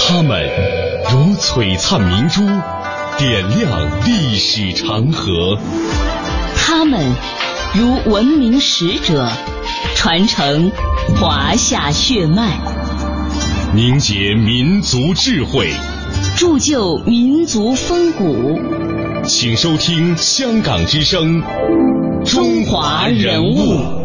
他们如璀璨明珠，点亮历史长河； 他们如文明使者，传承华夏血脉， 凝结民族智慧， 铸就民族风骨。 请收听香港之声《中华人物》。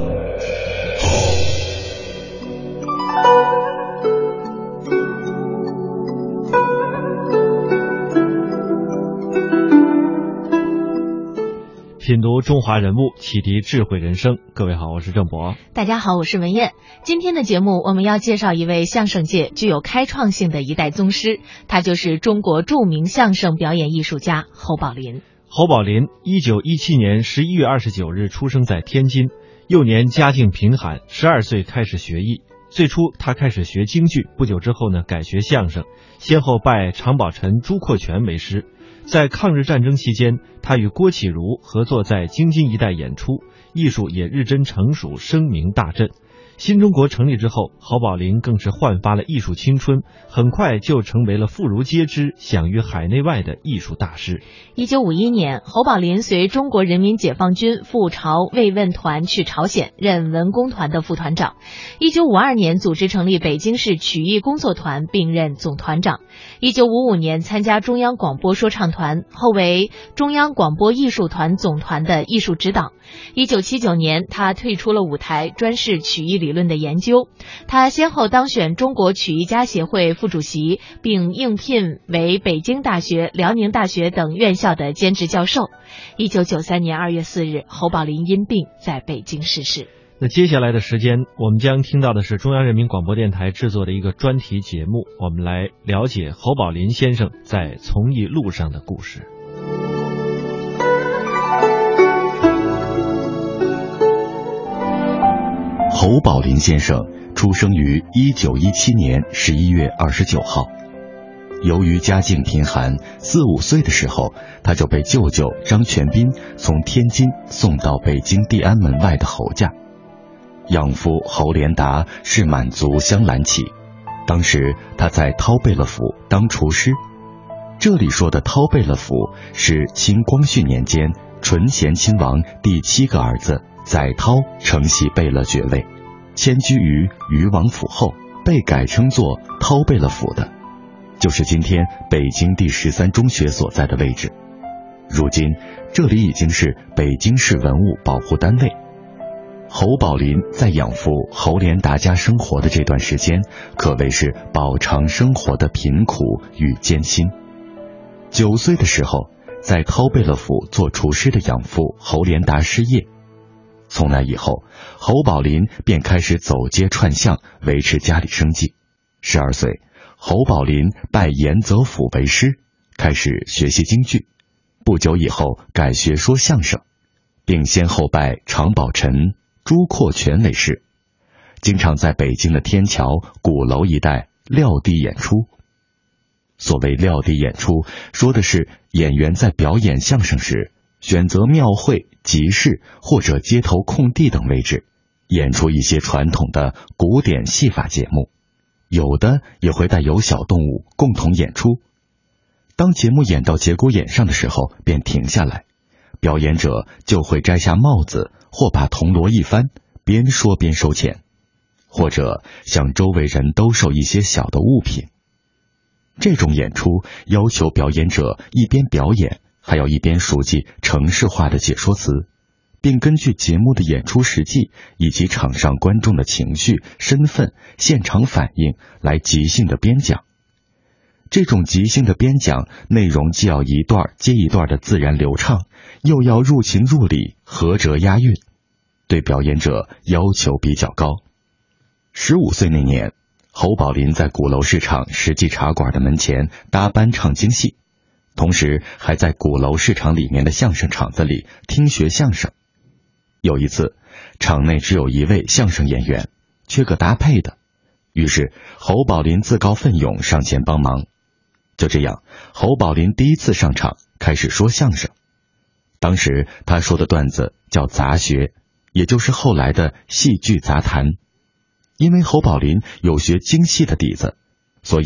品读中华人物，启迪智慧人生。各位好，我是郑博。 大家好，我是文艳。今天的节目我们要介绍一位相声界具有开创性的一代宗师，他就是中国著名相声表演艺术家侯宝林。 侯宝林1917年11月29日出生在天津，幼年家境贫寒，12岁开始学艺。最初他开始学京剧，不久之后呢改学相声，先后拜常宝臣、朱阔全为师。在抗日战争期间，他与郭启儒合作在京津一带演出，艺术也日臻成熟，声名大振。新中国成立之后，侯宝林更是焕发了艺术青春，很快就成为了妇孺皆知、享誉海内外的艺术大师。 1951年，侯宝林随中国人民解放军赴朝慰问团去朝鲜，任文工团的副团长。1952年，组织成立北京市曲艺工作团，并任总团长。1955年，参加中央广播说唱团，后为中央广播艺术团总团的艺术指导。1979年，他退出了舞台，专事曲艺理论的研究。他先后当选中国曲艺家协会副主席，并应聘为北京大学、辽宁大学等院校的兼职教授。1993年2月4日，侯宝林因病在北京逝世。 那接下来的时间，我们将听到的是中央人民广播电台制作的一个专题节目，我们来了解侯宝林先生在从艺路上的故事。 侯宝林先生出生于1917年11月29号。由于家境贫寒，4、5岁的时候，他就被舅舅张全斌从天津送到北京地安门外的侯家。养父侯连达是满族镶蓝旗，当时他在韬贝勒府当厨师。这里说的韬贝勒府是清光绪年间纯贤亲王第7个儿子载韬承袭贝勒爵位，迁居于余王府后，被改称作韬贝勒府的，就是今天北京第13中学所在的位置。如今这里已经是北京市文物保护单位。侯宝林在养父侯连达家生活的这段时间，可谓是饱尝生活的贫苦与艰辛。9岁的时候，在韬贝勒府做厨师的养父侯连达失业，从那以后，侯宝林便开始走街串巷，维持家里生计。12岁，侯宝林拜严泽甫为师，开始学习京剧。不久以后，改学说相声，并先后拜常宝臣、朱阔全为师，经常在北京的天桥、鼓楼一带撂地演出。所谓撂地演出，说的是演员在表演相声时，选择庙会、集市或者街头空地等位置，演出一些传统的古典戏法节目，有的也会带有小动物共同演出。当节目演到节骨眼上的时候，便停下来，表演者就会摘下帽子或把铜锣一翻，边说边收钱，或者向周围人兜售一些小的物品。这种演出要求表演者一边表演，还要一边熟记程式化的解说词，并根据节目的演出实际以及场上观众的情绪、身份、现场反应来即兴的编讲。这种即兴的编讲内容既要一段接一段的自然流畅，又要入情入理、合辙押韵，对表演者要求比较高。15岁那年，侯宝林在鼓楼市场实际茶馆的门前搭班唱京戏，同时还在鼓楼市场里面的相声场子里听学相声。有一次，场内只有一位相声演员，缺个搭配的，于是侯宝林自告奋勇上前帮忙。就这样，侯宝林第一次上场开始说相声。当时他说的段子叫杂学，也就是后来的戏剧杂谈。因为侯宝林有学京戏的底子，所以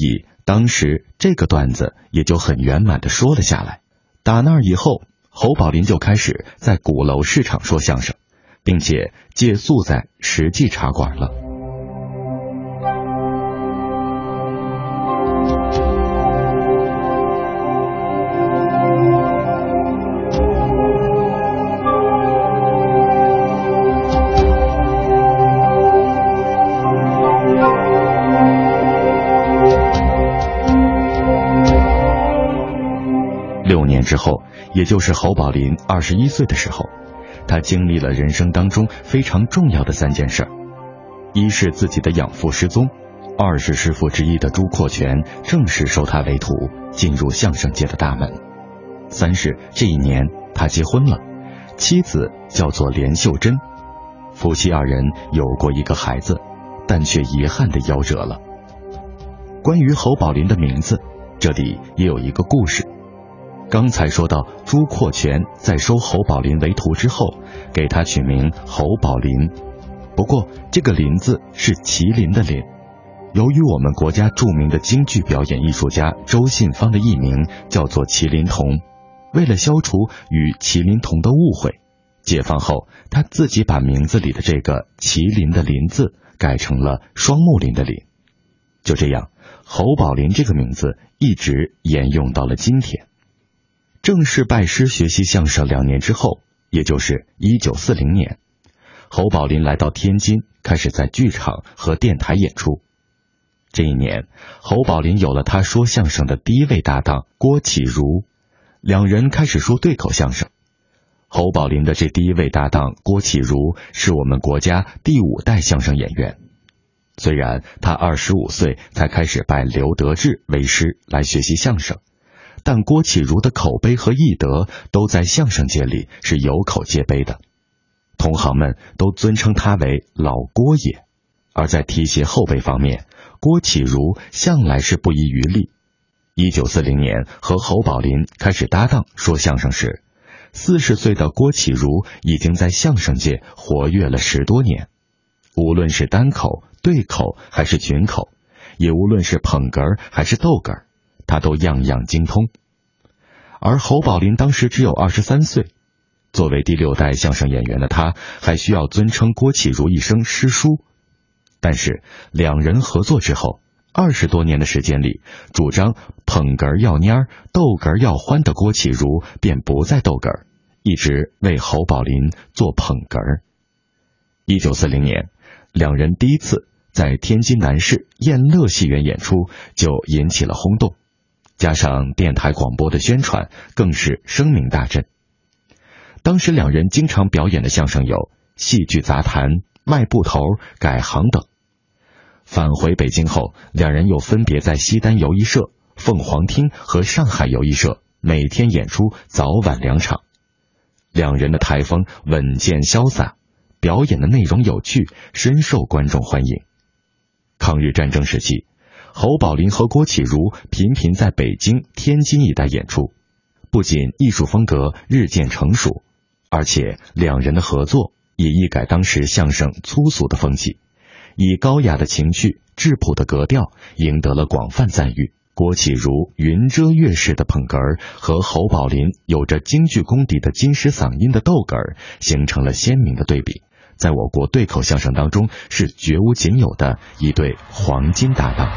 当时这个段子也就很圆满地说了下来。打那以后，侯宝林就开始在鼓楼市场说相声，并且借宿在实际茶馆了。6年之后，也就是侯宝林21岁的时候，他经历了人生当中非常重要的3件事。一是自己的养父失踪，二是师父之一的朱阔全正式收他为徒，进入相声界的大门。三是这一年他结婚了，妻子叫做连秀珍，夫妻2人有过一个孩子，但却遗憾地夭折了。关于侯宝林的名字，这里也有一个故事。刚才说到朱阔全在收侯宝林为徒之后，给他取名侯宝林，不过这个林字是麒麟的麟。由于我们国家著名的京剧表演艺术家周信芳的艺名叫做麒麟童，为了消除与麒麟童的误会，解放后他自己把名字里的这个麒麟的麟字改成了双木林的林。就这样，侯宝林这个名字一直沿用到了今天。正式拜师学习相声2年之后，也就是1940年，侯宝林来到天津，开始在剧场和电台演出。这一年，侯宝林有了他说相声的第一位搭档郭启儒，2人开始说对口相声。侯宝林的这第一位搭档郭启儒是我们国家第5代相声演员。虽然他25岁才开始拜刘德志为师来学习相声，但郭启儒的口碑和艺德都在相声界里是有口皆碑的，同行们都尊称他为老郭爷。而在提携后辈方面，郭启儒向来是不遗余力。1940年和侯宝林开始搭档说相声时，40岁的郭启儒已经在相声界活跃了10多年，无论是单口、对口还是群口，也无论是捧哏还是逗哏，他都样样精通。而侯宝林当时只有23岁，作为第6代相声演员的他，还需要尊称郭启儒一声师叔。但是2人合作之后，20多年的时间里，主张捧哏要蔫逗哏要欢的郭启儒便不再逗哏，一直为侯宝林做捧哏。1940年，2人第一次在天津南市燕乐戏院演出就引起了轰动，加上电台广播的宣传，更是声名大振。当时2人经常表演的相声有戏剧杂谈、卖布头、改行等。返回北京后，2人又分别在西单游艺社、凤凰厅和上海游艺社每天演出早晚2场。2人的台风稳健潇洒，表演的内容有趣，深受观众欢迎。抗日战争时期，侯宝林和郭启儒频频在北京、天津一带演出，不仅艺术风格日渐成熟，而且2人的合作也一改当时相声粗俗的风气，以高雅的情趣、质朴的格调赢得了广泛赞誉。郭启儒云遮月式的捧哏和侯宝林有着京剧功底的金狮嗓音的逗哏形成了鲜明的对比，在我国对口相声当中是绝无仅有的一对黄金搭档。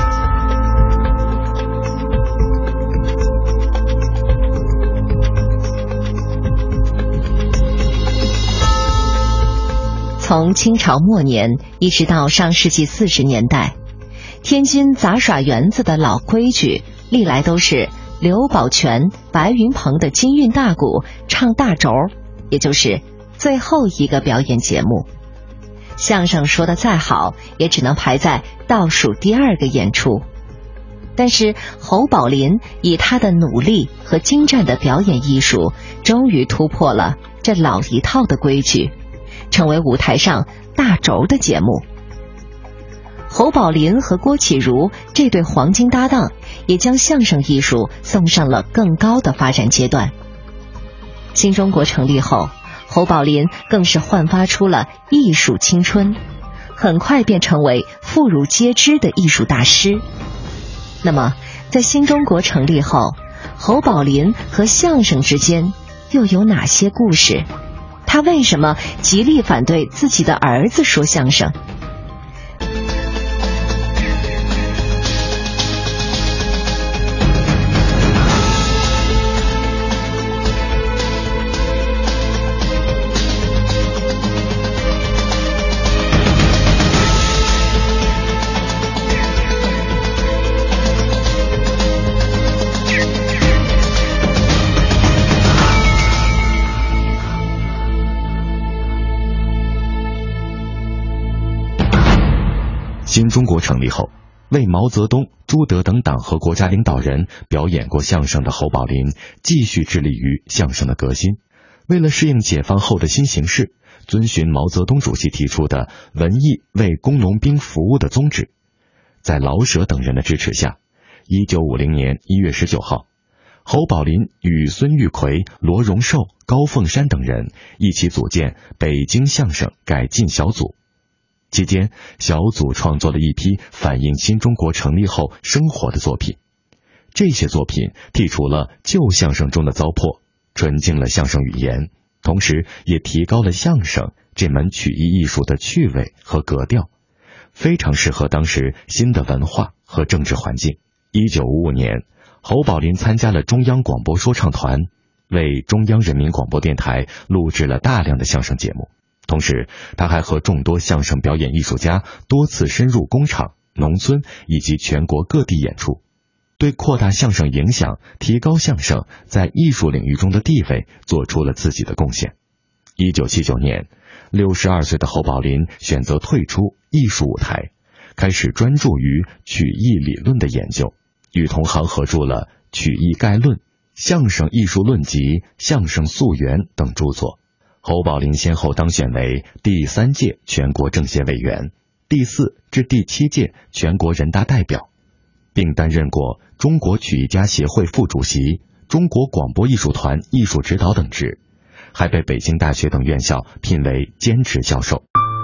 从清朝末年一直到上世纪40年代，天津杂耍园子的老规矩历来都是刘宝全、白云鹏的京韵大鼓唱大轴，也就是最后一个表演节目。相声说得再好，也只能排在倒数第2个演出。但是侯宝林以他的努力和精湛的表演艺术，终于突破了这老一套的规矩，成为舞台上大轴的节目。侯宝林和郭启儒这对黄金搭档，也将相声艺术送上了更高的发展阶段。新中国成立后，侯宝林更是焕发出了艺术青春，很快便成为妇孺皆知的艺术大师。 那么在新中国成立后，侯宝林和相声之间又有哪些故事？他为什么极力反对自己的儿子说相声？ 新中国成立后，为毛泽东、朱德等党和国家领导人表演过相声的侯宝林继续致力于相声的革新。为了适应解放后的新形势，遵循毛泽东主席提出的文艺为工农兵服务的宗旨，在老舍等人的支持下，1950年1月19号，侯宝林与孙玉奎、罗荣寿、高凤山等人一起组建北京相声改进小组。期间，小组创作了一批反映新中国成立后生活的作品。这些作品剔除了旧相声中的糟粕，纯净了相声语言，同时也提高了相声这门曲艺艺术的趣味和格调，非常适合当时新的文化和政治环境。1955年，侯宝林参加了中央广播说唱团，为中央人民广播电台录制了大量的相声节目。同时，他还和众多相声表演艺术家多次深入工厂、农村以及全国各地演出，对扩大相声影响、提高相声在艺术领域中的地位做出了自己的贡献。1979年，62岁的侯宝林选择退出艺术舞台，开始专注于曲艺理论的研究，与同行合著了《曲艺概论》《相声艺术论集》《相声溯源》等著作。侯宝林先后当选为第3届全国政协委员、第4至第7届全国人大代表，并担任过中国曲艺家协会副主席、中国广播艺术团艺术指导等职，还被北京大学等院校聘为兼职教授。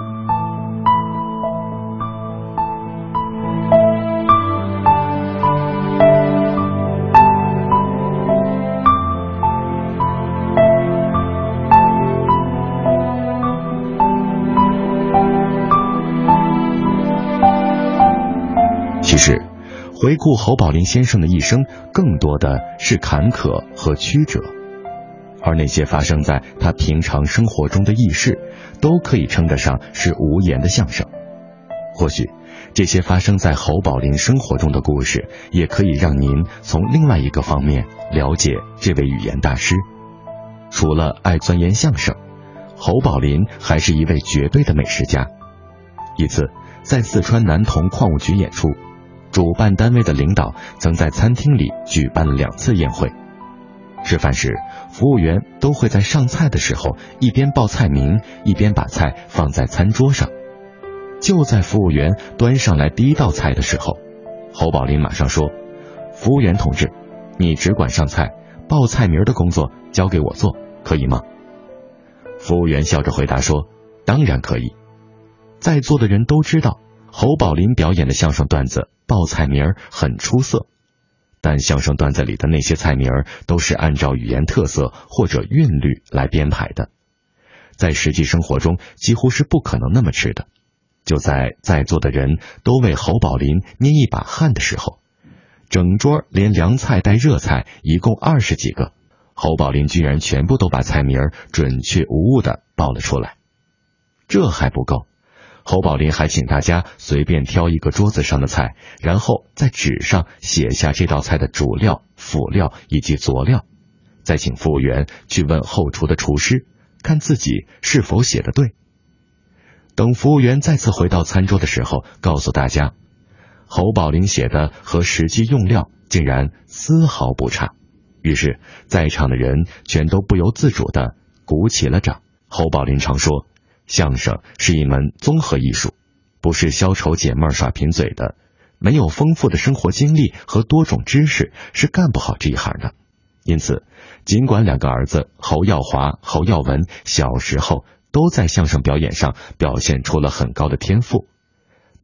其实，回顾侯宝林先生的一生，更多的是坎坷和曲折，而那些发生在他平常生活中的轶事，都可以称得上是无言的相声。或许，这些发生在侯宝林生活中的故事，也可以让您从另外一个方面了解这位语言大师。除了爱钻研相声，侯宝林还是一位绝对的美食家。一次，在四川南通矿务局演出，主办单位的领导曾在餐厅里举办了2次宴会。吃饭时，服务员都会在上菜的时候一边报菜名，一边把菜放在餐桌上。就在服务员端上来第一道菜的时候，侯宝林马上说：“服务员同志，你只管上菜，报菜名的工作交给我做，可以吗？”服务员笑着回答说：“当然可以。”在座的人都知道，侯宝林表演的相声段子报菜名很出色，但相声段子里的那些菜名都是按照语言特色或者韵律来编排的，在实际生活中几乎是不可能那么吃的。就在座的人都为侯宝林捏一把汗的时候，整桌连凉菜带热菜一共20几个，侯宝林居然全部都把菜名准确无误地报了出来。这还不够，侯宝林还请大家随便挑一个桌子上的菜，然后在纸上写下这道菜的主料、辅料以及佐料，再请服务员去问后厨的厨师，看自己是否写得对。等服务员再次回到餐桌的时候，告诉大家，侯宝林写的和实际用料竟然丝毫不差。于是在场的人全都不由自主地鼓起了掌。侯宝林常说，相声是一门综合艺术，不是消愁解闷耍贫嘴的，没有丰富的生活经历和多种知识是干不好这一行的。因此，尽管2个儿子侯耀华、侯耀文小时候都在相声表演上表现出了很高的天赋，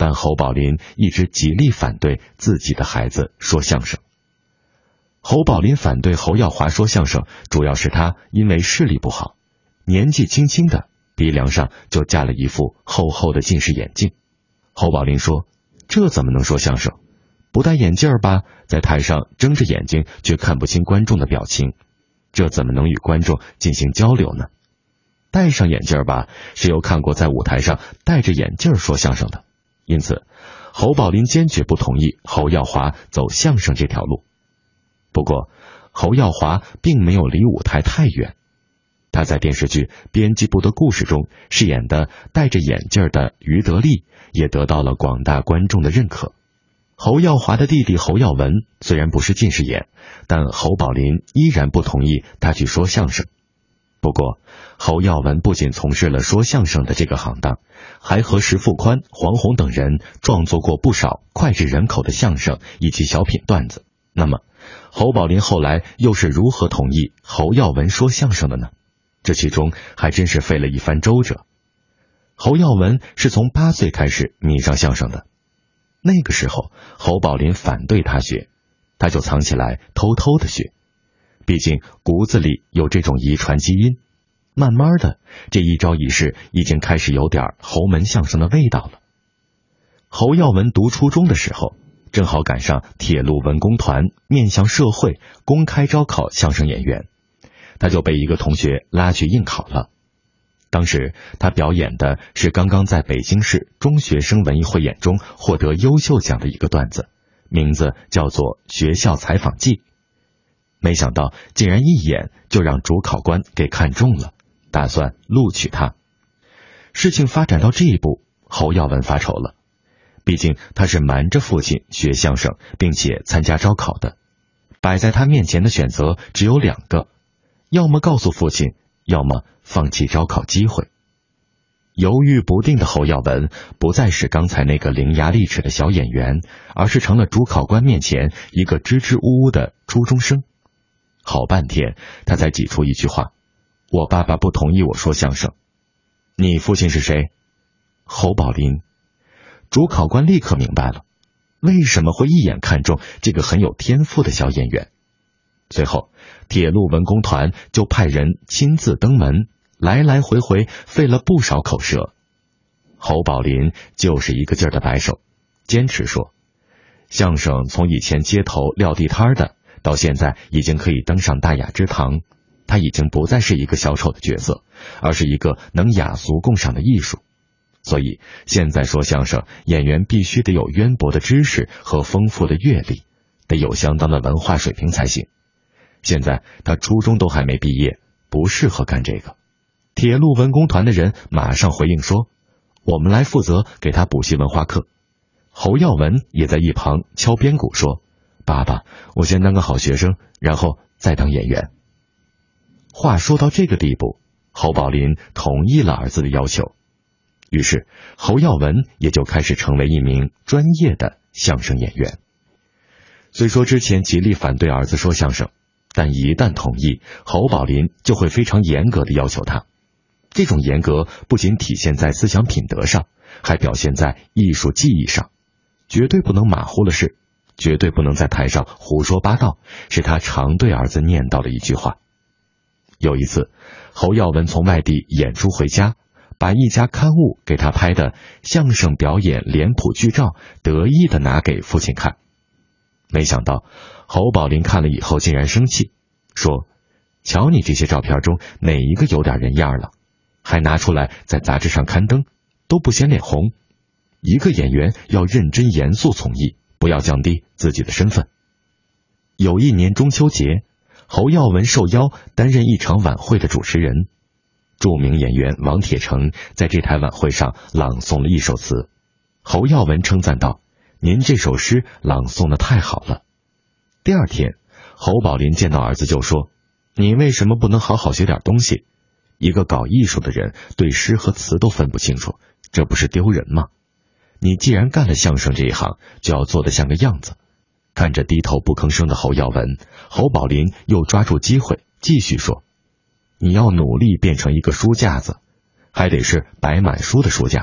但侯宝林一直极力反对自己的孩子说相声。侯宝林反对侯耀华说相声，主要是他因为视力不好，年纪轻轻的鼻梁上就架了一副厚厚的近视眼镜。侯宝林说，这怎么能说相声？不戴眼镜吧，在台上睁着眼睛却看不清观众的表情，这怎么能与观众进行交流呢？戴上眼镜吧，谁又看过在舞台上戴着眼镜说相声的？因此，侯宝林坚决不同意侯耀华走相声这条路。不过，侯耀华并没有离舞台太远，他在电视剧《编辑部的故事》中饰演的戴着眼镜的于德利，也得到了广大观众的认可。侯耀华的弟弟侯耀文虽然不是近视眼，但侯宝林依然不同意他去说相声。不过，侯耀文不仅从事了说相声的这个行当，还和石富宽、黄宏等人创作过不少脍炙人口的相声以及小品段子。那么，侯宝林后来又是如何同意侯耀文说相声的呢？这其中还真是费了一番周折。侯耀文是从8岁开始迷上相声的，那个时候侯宝林反对他学，他就藏起来偷偷的学，毕竟骨子里有这种遗传基因。慢慢的，这一招一式已经开始有点侯门相声的味道了。侯耀文读初中的时候，正好赶上铁路文工团面向社会公开招考相声演员，他就被一个同学拉去应考了。当时他表演的是刚刚在北京市中学生文艺汇演中获得优秀奖的一个段子，名字叫做《学校采访记》。没想到竟然一眼就让主考官给看中了，打算录取他。事情发展到这一步，侯耀文发愁了，毕竟他是瞒着父亲学相声并且参加招考的，摆在他面前的选择只有2个，要么告诉父亲，要么放弃招考机会。犹豫不定的侯耀文不再是刚才那个伶牙俐齿的小演员，而是成了主考官面前一个支支吾吾的初中生。好半天他才挤出一句话，我爸爸不同意我说相声。你父亲是谁？侯宝林。主考官立刻明白了，为什么会一眼看中这个很有天赋的小演员。随后铁路文工团就派人亲自登门，来来回回费了不少口舌。侯宝林就是一个劲儿的摆手，坚持说，相声从以前街头撂地摊的，到现在已经可以登上大雅之堂，他已经不再是一个小丑的角色，而是一个能雅俗共赏的艺术。所以现在说相声，演员必须得有渊博的知识和丰富的阅历，得有相当的文化水平才行。现在他初中都还没毕业，不适合干这个。铁路文工团的人马上回应说，我们来负责给他补习文化课。侯耀文也在一旁敲边鼓说，爸爸，我先当个好学生，然后再当演员。话说到这个地步，侯宝林同意了儿子的要求，于是侯耀文也就开始成为一名专业的相声演员。虽说之前极力反对儿子说相声，但一旦同意，侯宝林就会非常严格的要求他。这种严格不仅体现在思想品德上，还表现在艺术技艺上，绝对不能马虎了事，绝对不能在台上胡说八道，是他常对儿子念叨的一句话。有一次，侯耀文从外地演出回家，把一家刊物给他拍的相声表演脸谱剧照得意地拿给父亲看。没想到侯宝林看了以后竟然生气，说，瞧你这些照片中哪一个有点人样了，还拿出来在杂志上刊登，都不显脸红。一个演员要认真严肃从艺，不要降低自己的身份。有一年中秋节，侯耀文受邀担任一场晚会的主持人，著名演员王铁成在这台晚会上朗诵了一首词。侯耀文称赞道，您这首诗朗诵得太好了。第二天，侯宝林见到儿子就说，你为什么不能好好学点东西？一个搞艺术的人对诗和词都分不清楚，这不是丢人吗？你既然干了相声这一行，就要做得像个样子。看着低头不吭声的侯耀文，侯宝林又抓住机会继续说，你要努力变成一个书架子，还得是摆满书的书架，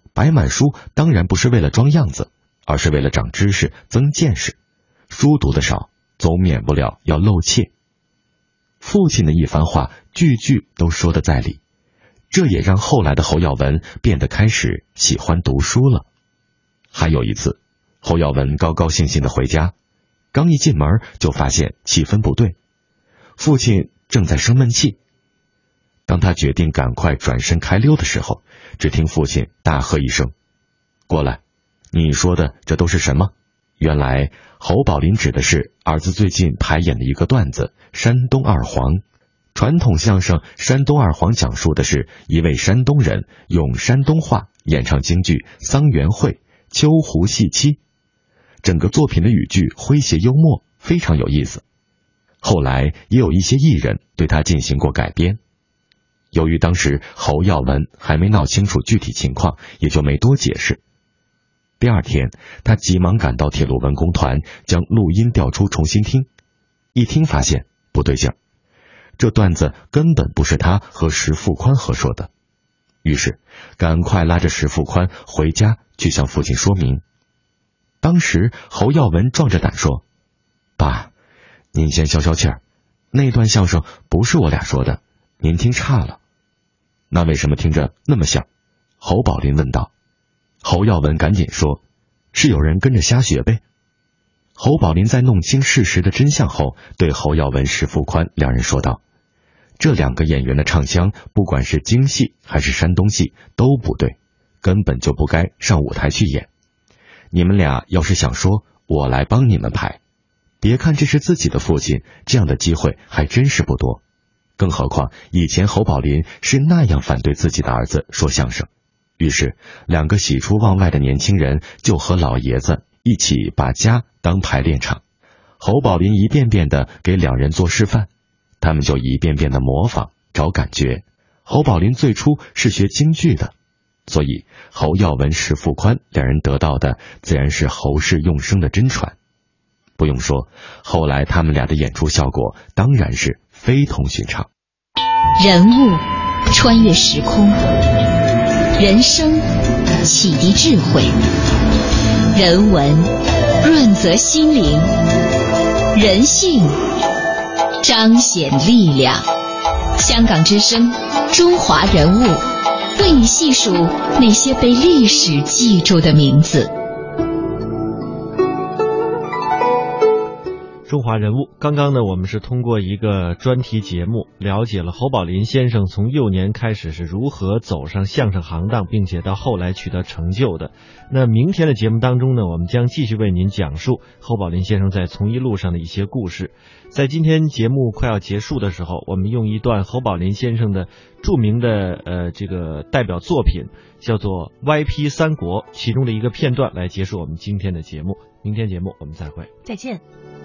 摆满书当然不是为了装样子，而是为了长知识、增见识。书读得少，总免不了要露怯。父亲的一番话，句句都说得在理，这也让后来的侯耀文变得开始喜欢读书了。还有一次，侯耀文高高兴兴地回家，刚一进门就发现气氛不对，父亲正在生闷气。当他决定赶快转身开溜的时候，只听父亲大喝一声：“过来！你说的这都是什么？”原来侯宝林指的是儿子最近排演的一个段子《山东二黄》。传统相声《山东二黄》讲述的是一位山东人用山东话演唱京剧《桑园会》秋胡戏妻，整个作品的语句诙谐幽默，非常有意思。后来也有一些艺人对他进行过改编。由于当时侯耀文还没闹清楚具体情况，也就没多解释。第二天，他急忙赶到铁路文工团，将录音调出重新听。一听发现不对劲儿，这段子根本不是他和石富宽合说的，于是赶快拉着石富宽回家去向父亲说明。当时侯耀文壮着胆说：“爸，您先消消气儿，那段相声不是我俩说的，您听差了。”那为什么听着那么像？侯宝林问道。侯耀文赶紧说：“是有人跟着瞎学呗。”侯宝林在弄清事实的真相后，对侯耀文、石富宽两人说道：“这两个演员的唱腔，不管是京戏还是山东戏都不对，根本就不该上舞台去演。你们俩要是想说，我来帮你们排。别看这是自己的父亲，这样的机会还真是不多。更何况以前侯宝林是那样反对自己的儿子说相声。”于是两个喜出望外的年轻人就和老爷子一起把家当排练场。侯宝林一遍遍地给两人做示范，他们就一遍遍地模仿找感觉。侯宝林最初是学京剧的，所以侯耀文、石富宽两人得到的自然是侯氏用声的真传。不用说，后来他们俩的演出效果当然是非同寻常。 人物穿越时空，人生启迪智慧，人文润泽心灵，人性彰显力量。香港之声，中华人物，为你细数那些被历史记住的名字。 中华人物，刚刚呢，我们是通过一个专题节目了解了侯宝林先生从幼年开始是如何走上相声行当，并且到后来取得成就的。那明天的节目当中呢，我们将继续为您讲述侯宝林先生在从医路上的一些故事。在今天节目快要结束的时候，我们用一段侯宝林先生的著名的这个代表作品叫做《YP 三国》其中的一个片段来结束我们今天的节目。明天节目我们再会， 再见。